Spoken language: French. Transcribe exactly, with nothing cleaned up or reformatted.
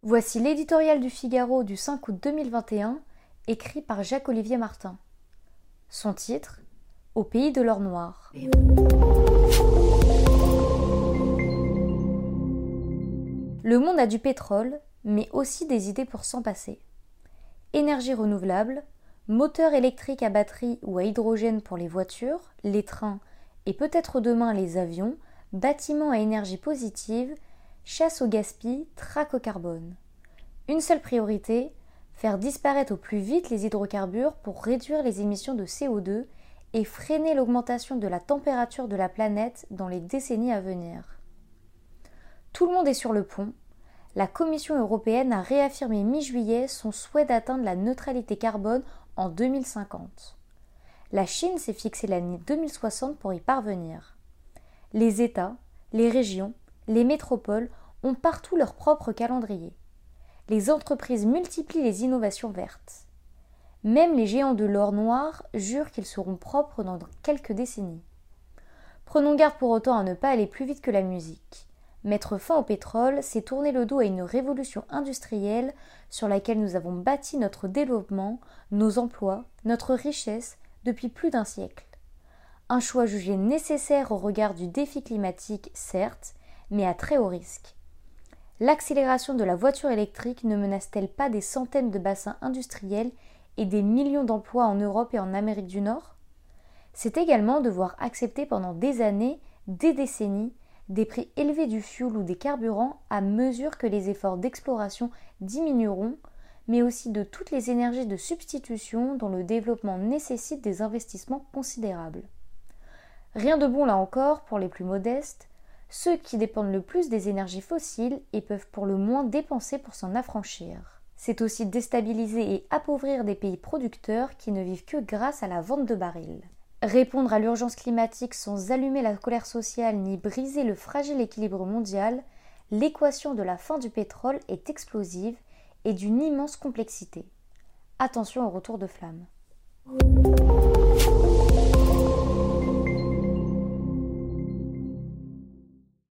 Voici l'éditorial du Figaro du cinq août deux mille vingt et un, écrit par Jacques-Olivier Martin. Son titre : Au pays de l'or noir. Le monde a du pétrole, mais aussi des idées pour s'en passer. Énergie renouvelable, moteur électrique à batterie ou à hydrogène pour les voitures, les trains et peut-être demain les avions, bâtiments à énergie positive, chasse au gaspillage, traque au carbone. Une seule priorité, faire disparaître au plus vite les hydrocarbures pour réduire les émissions de C O deux et freiner l'augmentation de la température de la planète dans les décennies à venir. Tout le monde est sur le pont. La Commission européenne a réaffirmé mi-juillet son souhait d'atteindre la neutralité carbone en deux mille cinquante. La Chine s'est fixé l'année deux mille soixante pour y parvenir. Les États, les régions, les métropoles ont partout leur propre calendrier. Les entreprises multiplient les innovations vertes. Même les géants de l'or noir jurent qu'ils seront propres dans quelques décennies. Prenons garde pour autant à ne pas aller plus vite que la musique. Mettre fin au pétrole, c'est tourner le dos à une révolution industrielle sur laquelle nous avons bâti notre développement, nos emplois, notre richesse depuis plus d'un siècle. Un choix jugé nécessaire au regard du défi climatique, certes, mais à très haut risque. L'accélération de la voiture électrique ne menace-t-elle pas des centaines de bassins industriels et des millions d'emplois en Europe et en Amérique du Nord ? C'est également devoir accepter pendant des années, des décennies, des prix élevés du fioul ou des carburants à mesure que les efforts d'exploration diminueront, mais aussi de toutes les énergies de substitution dont le développement nécessite des investissements considérables. Rien de bon là encore pour les plus modestes, ceux qui dépendent le plus des énergies fossiles et peuvent pour le moins dépenser pour s'en affranchir. C'est aussi déstabiliser et appauvrir des pays producteurs qui ne vivent que grâce à la vente de barils. Répondre à l'urgence climatique sans allumer la colère sociale ni briser le fragile équilibre mondial, l'équation de la fin du pétrole est explosive et d'une immense complexité. Attention au retour de flamme.